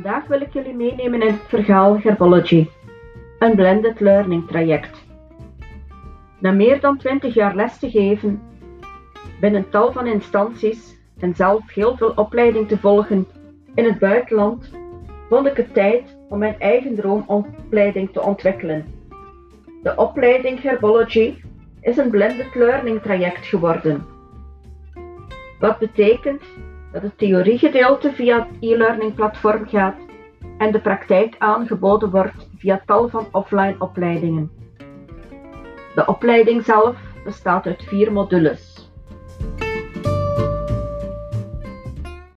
Vandaag wil ik jullie meenemen in het verhaal Herbology, een blended learning traject. Na meer dan 20 jaar les te geven, binnen tal van instanties en zelf heel veel opleiding te volgen in het buitenland, vond ik het tijd om mijn eigen droomopleiding te ontwikkelen. De opleiding Herbology is een blended learning traject geworden. Wat betekent dat het theoriegedeelte via het e-learning platform gaat en de praktijk aangeboden wordt via tal van offline opleidingen. De opleiding zelf bestaat uit 4 modules.